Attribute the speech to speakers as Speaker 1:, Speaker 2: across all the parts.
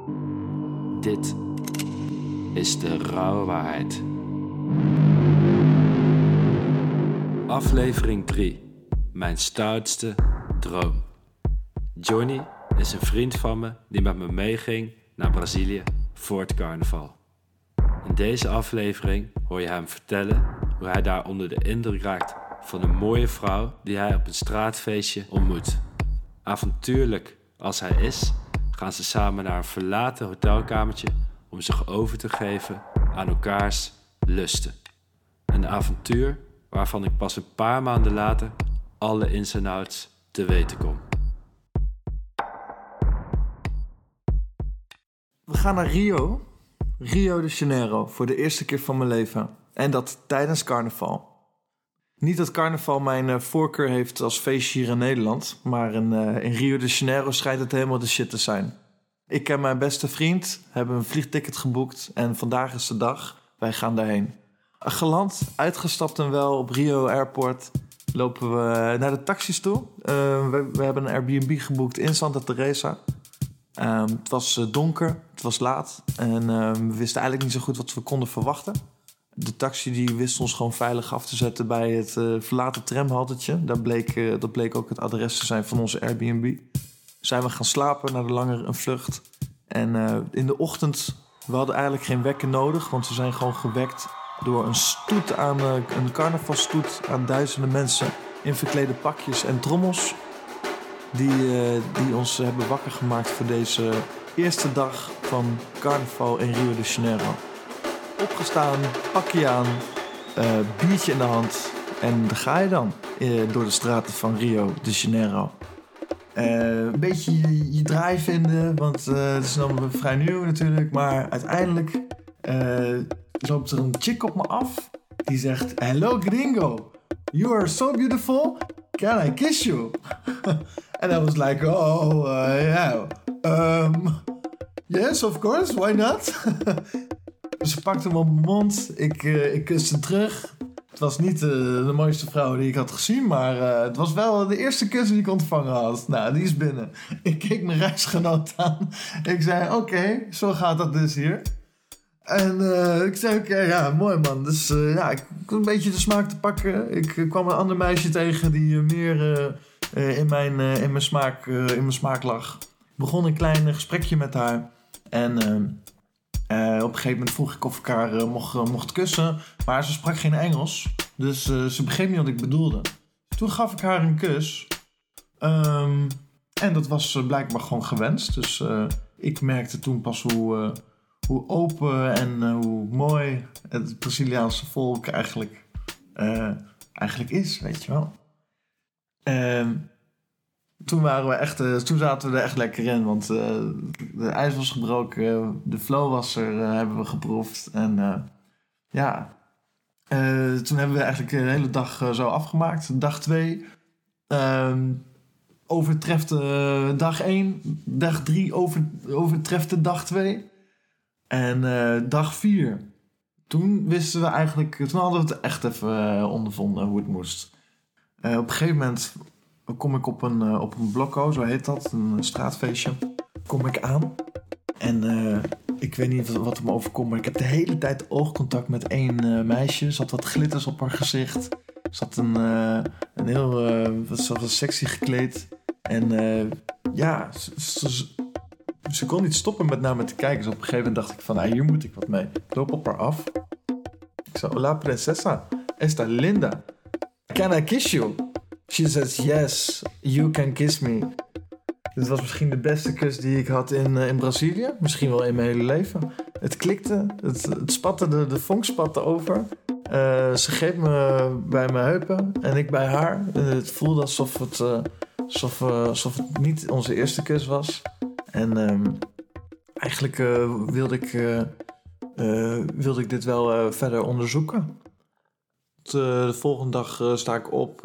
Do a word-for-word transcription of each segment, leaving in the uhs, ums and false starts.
Speaker 1: Dit is de rauwe waarheid. Aflevering drie. Mijn stoutste droom. Johnny is een vriend van me die met me meeging naar Brazilië voor het carnaval. In deze aflevering hoor je hem vertellen hoe hij daar onder de indruk raakt van een mooie vrouw die hij op een straatfeestje ontmoet. Avontuurlijk als hij is, gaan ze samen naar een verlaten hotelkamertje om zich over te geven aan elkaars lusten. Een avontuur waarvan ik pas een paar maanden later alle ins en outs te weten kom.
Speaker 2: We gaan naar Rio, Rio de Janeiro, voor de eerste keer van mijn leven. En dat tijdens carnaval. Niet dat carnaval mijn uh, voorkeur heeft als feestje hier in Nederland, maar in, uh, in Rio de Janeiro schijnt het helemaal de shit te zijn. Ik en mijn beste vriend hebben een vliegticket geboekt en vandaag is de dag. Wij gaan daarheen. Geland, uitgestapt en wel op Rio Airport lopen we naar de taxis toe. Uh, we, we hebben een Airbnb geboekt in Santa Teresa. Um, het was uh, donker, het was laat en uh, we wisten eigenlijk niet zo goed wat we konden verwachten. De taxi die wist ons gewoon veilig af te zetten bij het uh, verlaten tramhaltetje. Daar bleek, uh, dat bleek ook het adres te zijn van onze Airbnb. Zijn we gaan slapen na de lange een vlucht. En uh, in de ochtend, we hadden eigenlijk geen wekker nodig, want we zijn gewoon gewekt door een stoet aan, uh, een carnavalstoet aan duizenden mensen in verklede pakjes en trommels. Die, uh, die ons hebben wakker gemaakt voor deze eerste dag van carnaval in Rio de Janeiro. Opgestaan, pakje aan, uh, biertje in de hand en daar ga je dan uh, door de straten van Rio de Janeiro. Uh, een beetje je, je draai vinden, want uh, het is dan vrij nieuw natuurlijk, maar uiteindelijk uh, loopt er een chick op me af die zegt: "Hello gringo, you are so beautiful, can I kiss you?" En I was like, oh uh, yeah, um, yes of course, why not? Ze pakte hem op mijn mond, ik, uh, ik kuste terug. Het was niet uh, de mooiste vrouw die ik had gezien, maar uh, het was wel de eerste kus die ik ontvangen had. Nou, die is binnen. Ik keek mijn reisgenoot aan. Ik zei, oké, okay, zo gaat dat dus hier. En uh, ik zei, oké, okay, ja, mooi man. Dus uh, ja, ik kon een beetje de smaak te pakken. Ik uh, kwam een ander meisje tegen die uh, meer uh, uh, in, mijn, uh, in, mijn smaak, uh, in mijn smaak lag. Ik begon een klein uh, gesprekje met haar. En uh, uh, op een gegeven moment vroeg ik of ik haar uh, mocht, uh, mocht kussen. Maar ze sprak geen Engels. Dus uh, ze begreep niet wat ik bedoelde. Toen gaf ik haar een kus. Um, en dat was uh, blijkbaar gewoon gewenst. Dus uh, ik merkte toen pas hoe... Uh, Hoe open en uh, hoe mooi het Braziliaanse volk eigenlijk, uh, eigenlijk is, weet je wel. Uh, toen, waren we echt, uh, toen zaten we er echt lekker in, want uh, de ijs was gebroken, de flow was er, uh, hebben we geproefd. En uh, ja, uh, toen hebben we eigenlijk de hele dag uh, zo afgemaakt. Dag twee uh, overtreft uh, dag één, dag drie over, overtreft dag twee. En uh, dag vier, toen wisten we eigenlijk, toen hadden we het echt even uh, ondervonden hoe het moest. Uh, op een gegeven moment kom ik op een, uh, op een blokko, zo heet dat, een straatfeestje. Kom ik aan en uh, ik weet niet wat, wat er me overkomt, maar ik heb de hele tijd oogcontact met één uh, meisje. Zat wat glitters op haar gezicht. Zat een, uh, een heel, uh, wat, wat sexy gekleed. En uh, ja, ze... ze Ze kon niet stoppen met naar me te kijken. Dus op een gegeven moment dacht ik van, ah, hier moet ik wat mee. Ik loop op haar af. Ik zei, hola princesa, esta linda. Can I kiss you? She says, yes, you can kiss me. Dit was misschien de beste kus die ik had in, uh, in Brazilië. Misschien wel in mijn hele leven. Het klikte, het, het spatte, de, de vonk spatte over. Uh, ze greep me bij mijn heupen en ik bij haar. Uh, het voelde alsof het, uh, alsof, uh, alsof het niet onze eerste kus was. En um, eigenlijk uh, wilde, ik, uh, uh, wilde ik dit wel uh, verder onderzoeken. De, de volgende dag uh, sta ik op.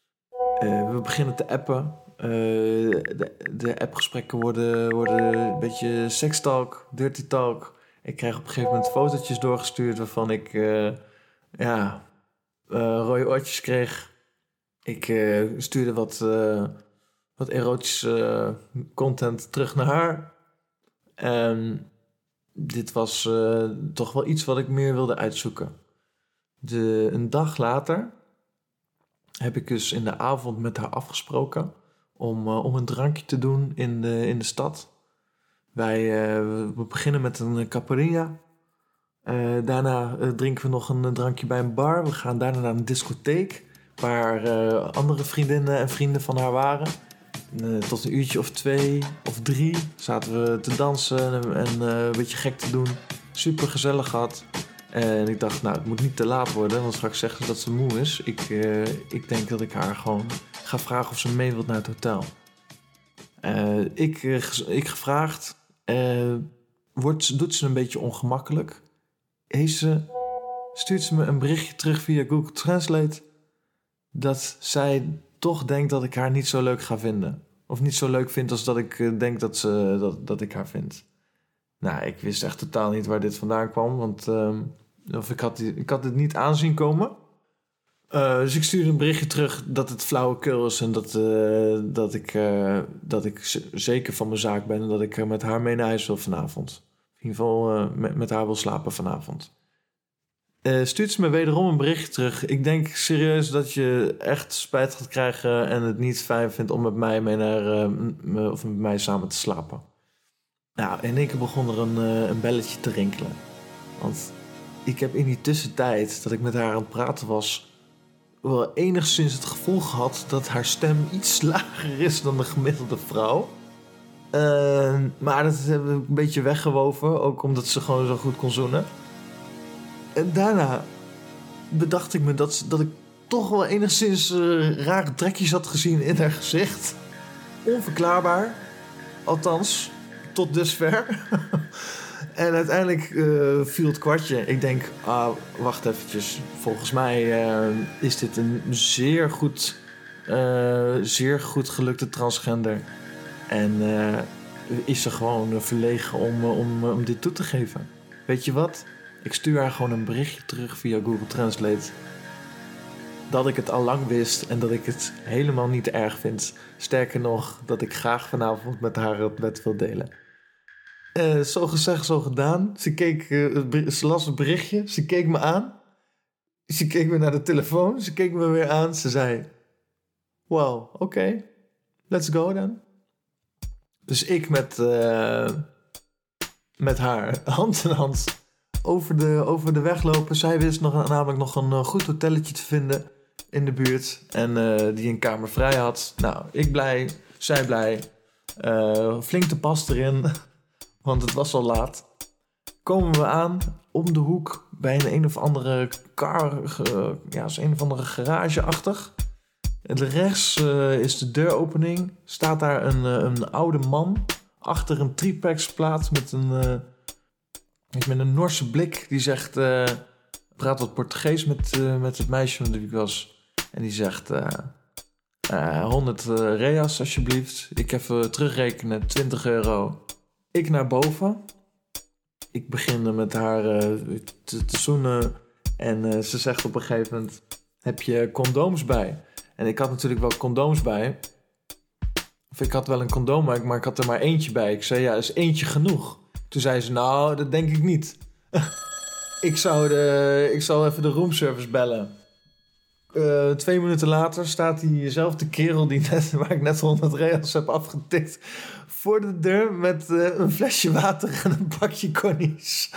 Speaker 2: Uh, we beginnen te appen. Uh, de, de appgesprekken worden, worden een beetje sekstalk, dirty talk. Ik krijg op een gegeven moment fotootjes doorgestuurd waarvan ik uh, ja, uh, rode oortjes kreeg. Ik uh, stuurde wat... Uh, wat erotische uh, content terug naar haar. En dit was uh, toch wel iets wat ik meer wilde uitzoeken. De, een dag later heb ik dus in de avond met haar afgesproken om, uh, om een drankje te doen in de, in de stad. Wij uh, we beginnen met een caipirinha. Uh, daarna uh, drinken we nog een drankje bij een bar. We gaan daarna naar een discotheek waar uh, andere vriendinnen en vrienden van haar waren. Uh, tot een uurtje of twee of drie zaten we te dansen en, en uh, een beetje gek te doen. Super gezellig gehad. En ik dacht, nou, het moet niet te laat worden, want straks zegt ze dat ze moe is. Ik, uh, ik denk dat ik haar gewoon ga vragen of ze mee wilt naar het hotel. Uh, ik, uh, ik gevraagd. Uh, wordt, doet ze een beetje ongemakkelijk. Heeft ze, stuurt ze me een berichtje terug via Google Translate dat zij toch denkt dat ik haar niet zo leuk ga vinden. Of niet zo leuk vind als dat ik uh, denk dat, ze, dat, dat ik haar vind. Nou, ik wist echt totaal niet waar dit vandaan kwam. Want uh, of ik, had, ik had het niet aanzien komen. Uh, dus ik stuurde een berichtje terug dat het flauwekul is. En dat, uh, dat, ik, uh, dat ik z- zeker van mijn zaak ben. En dat ik uh, met haar mee naar huis wil vanavond. In ieder geval uh, met, met haar wil slapen vanavond. Uh, stuurt ze me wederom een berichtje terug. Ik denk serieus dat je echt spijt gaat krijgen en het niet fijn vindt om met mij, mee naar, uh, m- of met mij samen te slapen. Nou, in één keer begon er een, uh, een belletje te rinkelen. Want ik heb in die tussentijd dat ik met haar aan het praten was, wel enigszins het gevoel gehad dat haar stem iets lager is dan de gemiddelde vrouw. Uh, maar dat heb ik een beetje weggewoven, ook omdat ze gewoon zo goed kon zoenen. En daarna bedacht ik me dat, dat ik toch wel enigszins uh, rare trekjes had gezien in haar gezicht. Onverklaarbaar. Althans, tot dusver. En uiteindelijk uh, viel het kwartje. Ik denk, ah, wacht eventjes. Volgens mij uh, is dit een zeer goed, uh, zeer goed gelukte transgender. En uh, is ze gewoon verlegen om, om, om dit toe te geven. Weet je wat? Ik stuur haar gewoon een berichtje terug via Google Translate. Dat ik het al lang wist en dat ik het helemaal niet erg vind. Sterker nog, dat ik graag vanavond met haar het bed wil delen. Uh, zo gezegd, zo gedaan. Ze, keek, uh, ze las het berichtje, ze keek me aan. Ze keek me naar de telefoon, ze keek me weer aan. Ze zei, wow, oké, okay. Let's go dan. Dus ik met, uh, met haar, hand in hand, over de, over de weg lopen. Zij wist nog, namelijk nog een uh, goed hotelletje te vinden in de buurt. En uh, die een kamer vrij had. Nou, ik blij, zij blij. Uh, flink de pas erin, want het was al laat. Komen we aan om de hoek bij een een of andere car, uh, ja, is een of andere garageachtig. En rechts uh, is de deuropening. Staat daar een, uh, een oude man achter een triplex-plaat met een, uh, met een Norse blik. Die zegt, uh, praat wat Portugees met, uh, met het meisje van wie ik was. En die zegt, uh, uh, honderd uh, reas alsjeblieft. Ik even terugrekenen, twintig euro. Ik naar boven. Ik begin met haar uh, te, te zoenen. En uh, ze zegt op een gegeven moment, heb je condooms bij? En ik had natuurlijk wel condooms bij. Of ik had wel een condoom, maar ik had er maar eentje bij. Ik zei, ja, is eentje genoeg? Toen zei ze, nou, dat denk ik niet. ik, zou de, ik zal even de roomservice bellen. Uh, twee minuten later staat diezelfde kerel die net, waar ik net honderd reals heb afgetikt, voor de deur met uh, een flesje water en een bakje connies.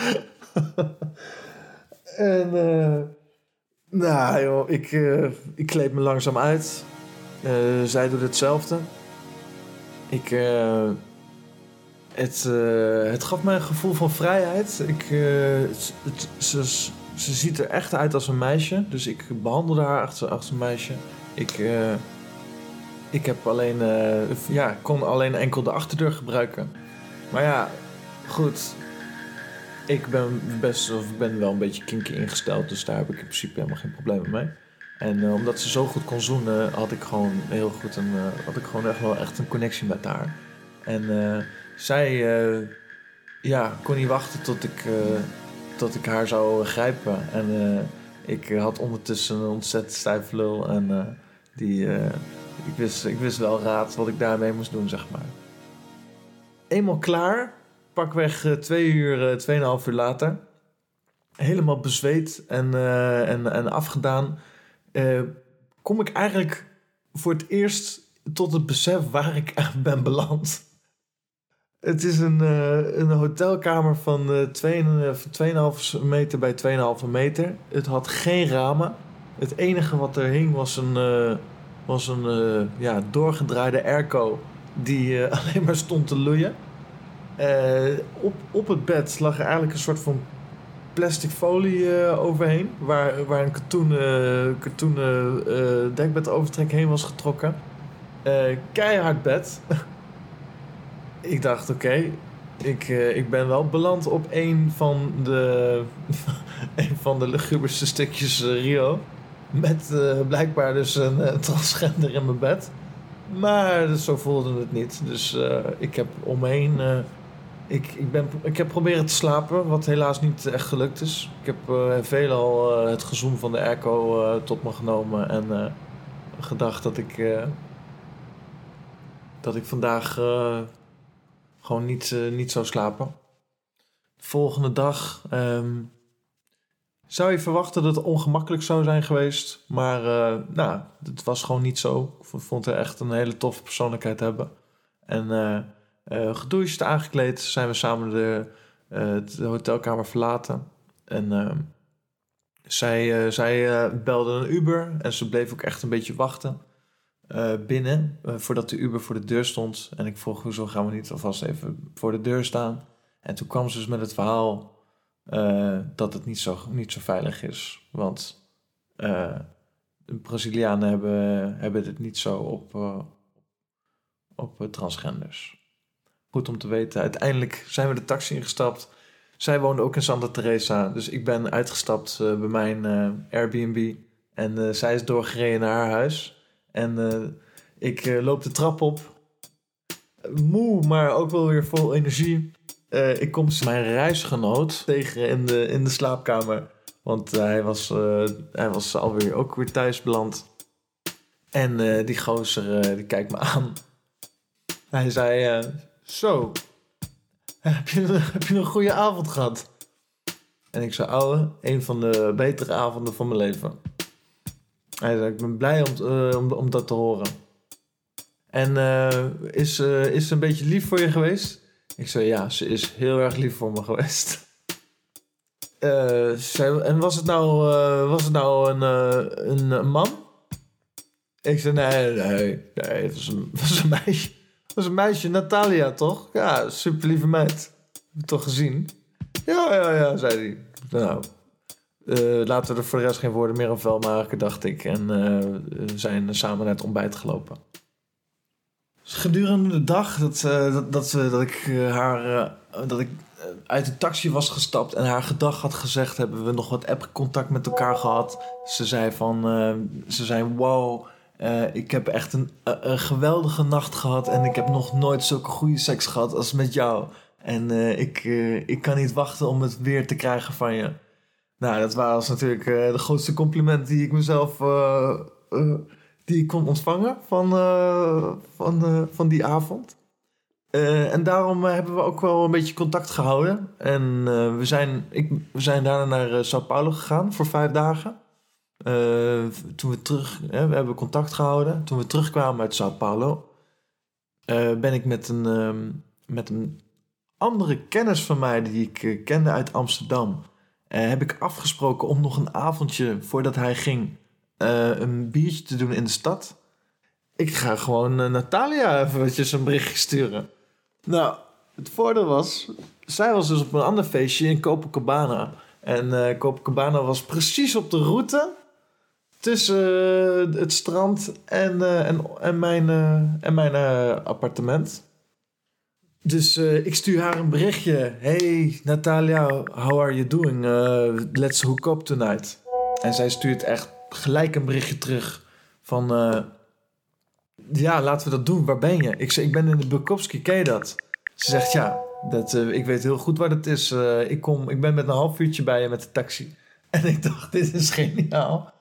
Speaker 2: en... Uh, Nou joh, ik, uh, ik kleed me langzaam uit. Uh, zij doet hetzelfde. Ik, uh, het, uh, het gaf mij een gevoel van vrijheid. Ik, uh, het, het, ze, ze ziet er echt uit als een meisje. Dus ik behandelde haar als, als een meisje. Ik, uh, ik heb alleen, uh, ja, kon alleen enkel de achterdeur gebruiken. Maar ja, goed. Ik ben best, of ik ben wel een beetje kinky ingesteld, dus daar heb ik in principe helemaal geen problemen mee. En uh, omdat ze zo goed kon zoenen, had ik gewoon heel goed een, uh, had ik gewoon echt wel echt een connectie met haar. En uh, zij, uh, ja, kon niet wachten tot ik, uh, tot ik haar zou grijpen. En uh, ik had ondertussen een ontzettend stijf lul en uh, die, uh, ik wist, ik wist wel raad wat ik daarmee moest doen, zeg maar. Eenmaal klaar. pakweg uh, twee uur, uh, tweeënhalf uur later. Helemaal bezweet en, uh, en, en afgedaan. Uh, kom ik eigenlijk voor het eerst tot het besef waar ik echt ben beland. Het is een, uh, een hotelkamer van uh, twee komma vijf meter bij twee komma vijf meter. Het had geen ramen. Het enige wat er hing was een, uh, was een uh, ja, doorgedraaide airco die uh, alleen maar stond te loeien. Uh, op, op het bed lag er eigenlijk een soort van plastic folie uh, overheen, waar, waar een katoenen, uh, katoenen uh, dekbedovertrek heen was getrokken. Uh, keihard bed. Ik dacht, oké, okay, ik, uh, ik ben wel beland op een van de, een van de luguberste stukjes uh, Rio. Met uh, blijkbaar dus een uh, transgender in mijn bed. Maar dus, zo voelde het niet. Dus uh, ik heb omheen... Uh, ik, ik, ben, ik heb proberen te slapen, wat helaas niet echt gelukt is. Ik heb uh, veelal uh, het gezoem van de airco uh, tot me genomen. En uh, gedacht dat ik... Uh, dat ik vandaag... Uh, gewoon niet, uh, niet zou slapen. De volgende dag um, zou je verwachten dat het ongemakkelijk zou zijn geweest. Maar uh, nou, het was gewoon niet zo. Ik vond er echt een hele toffe persoonlijkheid hebben. En uh, uh, gedoucht, aangekleed, zijn we samen de, uh, de hotelkamer verlaten. En uh, zij, uh, zij uh, belde een Uber en ze bleef ook echt een beetje wachten. Uh, binnen, uh, voordat de Uber voor de deur stond. En ik vroeg, hoezo gaan we niet alvast even voor de deur staan? En toen kwam ze dus met het verhaal uh, dat het niet zo, niet zo veilig is. Want uh, de Brazilianen hebben, hebben het niet zo op, uh, op uh, transgenders. Goed om te weten. Uiteindelijk zijn we de taxi ingestapt. Zij woonde ook in Santa Teresa. Dus ik ben uitgestapt uh, bij mijn uh, Airbnb. En uh, zij is doorgereden naar haar huis. En uh, ik uh, loop de trap op. Moe, maar ook wel weer vol energie. Uh, ik kom mijn reisgenoot tegen in de, in de slaapkamer. Want uh, hij, was, uh, hij was alweer ook weer thuis beland. En uh, die gozer uh, die kijkt me aan. Hij zei... Uh, Zo, heb je, heb je een goede avond gehad? En ik zei, ouwe, een van de betere avonden van mijn leven. Hij zei, ik ben blij om, uh, om, om dat te horen. En uh, is, uh, is ze een beetje lief voor je geweest? Ik zei, ja, ze is heel erg lief voor me geweest. Uh, zei, en was het nou, uh, was het nou een, uh, een, een man? Ik zei, nee, nee, nee, het was een, het was een meisje. Het was een meisje, Natalia, toch? Ja, super lieve meid. Heb je toch gezien? Ja, ja, ja, zei hij. Nou... Uh, laten we er voor de rest geen woorden meer aan vuil maken, dacht ik. En uh, we zijn samen naar het ontbijt gelopen. Dus gedurende de dag dat, uh, dat, dat, uh, dat ik uh, haar uh, dat ik uh, uit de taxi was gestapt en haar gedag had gezegd, hebben we nog wat app-contact met elkaar gehad. Ze zei van, uh, ze zei, wow, uh, ik heb echt een, uh, een geweldige nacht gehad en ik heb nog nooit zulke goede seks gehad als met jou. En uh, ik, uh, ik kan niet wachten om het weer te krijgen van je. Nou, dat was natuurlijk uh, de grootste compliment die ik mezelf uh, uh, die ik kon ontvangen van, uh, van, uh, van die avond. Uh, en daarom uh, hebben we ook wel een beetje contact gehouden. En uh, we, zijn, ik, we zijn daarna naar uh, Sao Paulo gegaan voor vijf dagen. Uh, toen we terug, uh, we hebben contact gehouden. Toen we terugkwamen uit Sao Paulo, uh, ben ik met een, uh, met een andere kennis van mij die ik uh, kende uit Amsterdam. Uh, heb ik afgesproken om nog een avondje voordat hij ging uh, een biertje te doen in de stad. Ik ga gewoon uh, Natalia eventjes een berichtje sturen. Nou, het voordeel was, zij was dus op een ander feestje in Copacabana. En uh, Copacabana was precies op de route tussen uh, het strand en, uh, en, en mijn, uh, en mijn uh, appartement. Dus uh, ik stuur haar een berichtje. Hey Natalia, how are you doing? Uh, let's hook up tonight. En zij stuurt echt gelijk een berichtje terug van... Uh, ja, laten we dat doen. Waar ben je? Ik zeg, ik ben in de Bukowski. Ken je dat? Ze zegt, ja, dat, uh, ik weet heel goed waar dat is. Uh, ik, kom, ik ben met een half uurtje bij je met de taxi. En ik dacht, dit is geniaal.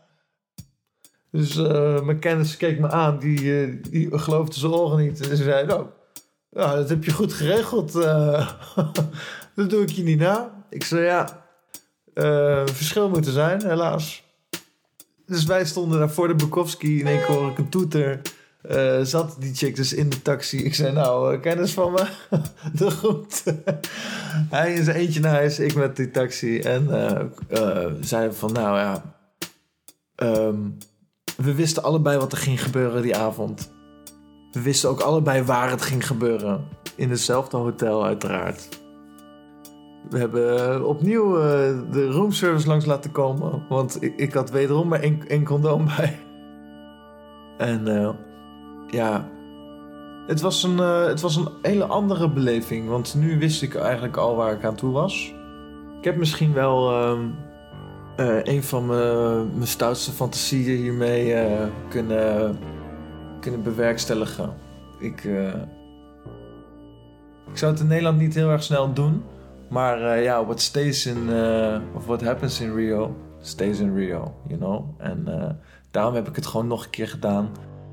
Speaker 2: Dus uh, mijn kennis keek me aan. Die, uh, die geloofde zijn ogen niet. En ze zei, oh... Ja, dat heb je goed geregeld. Uh, dat doe ik je niet na. Ik zei, ja, uh, verschil moet er zijn, helaas. Dus wij stonden daar voor de Bukowski. In één keer hoor ik een toeter. Uh, zat die chick dus in de taxi. Ik zei, nou, uh, kennis van me? De goed. Hij in zijn eentje naar huis, ik met die taxi. En uh, uh, zeiden van, nou ja... Um, we wisten allebei wat er ging gebeuren die avond. We wisten ook allebei waar het ging gebeuren. In hetzelfde hotel, uiteraard. We hebben uh, opnieuw uh, de roomservice langs laten komen. Want ik, ik had wederom maar één, één condoom bij. En uh, ja... Het was, een, uh, het was een hele andere beleving. Want nu wist ik eigenlijk al waar ik aan toe was. Ik heb misschien wel... Uh, Uh, een van mijn, mijn stoutste fantasieën hiermee uh, kunnen, kunnen bewerkstelligen. Ik, uh, ik zou het in Nederland niet heel erg snel doen. Maar uh, ja, what stays in... Uh, of what happens in Rio, stays in Rio, you know. En uh, daarom heb ik het gewoon nog een keer gedaan.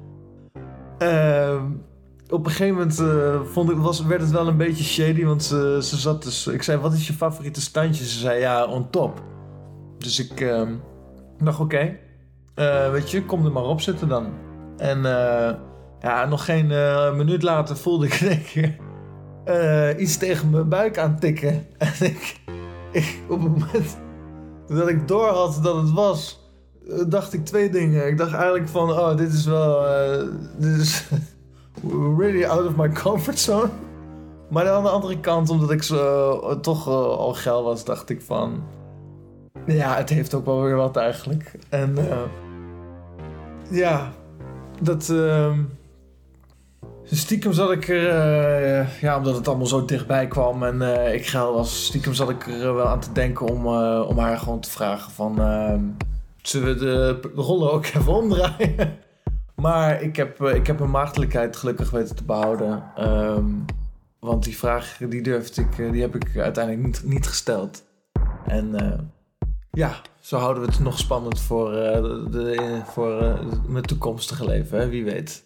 Speaker 2: Uh, op een gegeven moment uh, vond ik, was, werd het wel een beetje shady. Want ze, ze zat dus... Ik zei, wat is je favoriete standje? Ze zei, ja, on top. Dus ik uh, dacht, oké, okay, uh, weet je, kom er maar op zitten dan. En uh, ja, nog geen uh, minuut later voelde ik in één keer uh, iets tegen mijn buik aan tikken. En ik, ik, op het moment dat ik door had dat het was, uh, dacht ik twee dingen. Ik dacht eigenlijk van, oh, dit is wel, uh, dit is really out of my comfort zone. Maar aan de andere kant, omdat ik zo, uh, toch uh, al geil was, dacht ik van... Ja, het heeft ook wel weer wat eigenlijk. En uh, ja, dat... Uh, stiekem zat ik er... Uh, ja, omdat het allemaal zo dichtbij kwam en uh, ik geil was... Stiekem zat ik er wel aan te denken om, uh, om haar gewoon te vragen van... Uh, zullen we de, de rollen ook even omdraaien? Maar ik heb, uh, ik heb mijn maagdelijkheid gelukkig weten te behouden. Um, want die vraag, die durfde ik... Uh, die heb ik uiteindelijk niet, niet gesteld. En... Uh, Ja, zo houden we het nog spannend voor, uh, de, de, voor uh, mijn toekomstige leven, hè? Wie weet.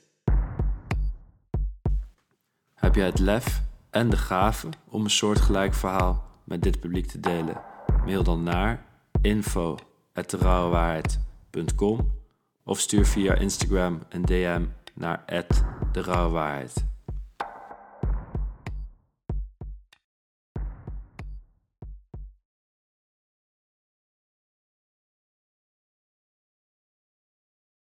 Speaker 1: Heb jij het lef en de gave om een soortgelijk verhaal met dit publiek te delen? Mail dan naar info at de rauwe waarheid punt com of stuur via Instagram een D M naar at de rauwe waarheid.